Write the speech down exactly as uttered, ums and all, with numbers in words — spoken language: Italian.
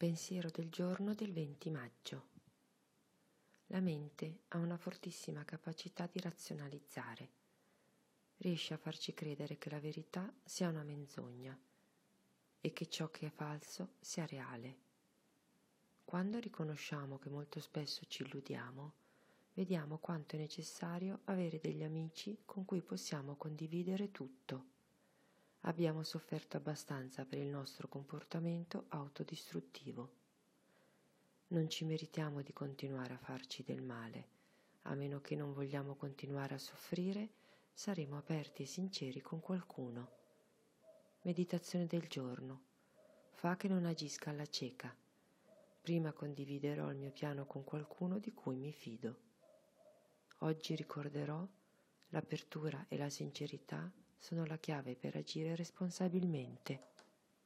Pensiero del giorno del venti maggio. La mente ha una fortissima capacità di razionalizzare. Riesce a farci credere che la verità sia una menzogna e che ciò che è falso sia reale. Quando riconosciamo che molto spesso ci illudiamo, vediamo quanto è necessario avere degli amici con cui possiamo condividere tutto. Abbiamo sofferto abbastanza per il nostro comportamento autodistruttivo. Non ci meritiamo di continuare a farci del male. A meno che non vogliamo continuare a soffrire, saremo aperti e sinceri con qualcuno. Meditazione del giorno. Fa che non agisca alla cieca. Prima condividerò il mio piano con qualcuno di cui mi fido. Oggi ricorderò: l'apertura e la sincerità sono la chiave per agire responsabilmente.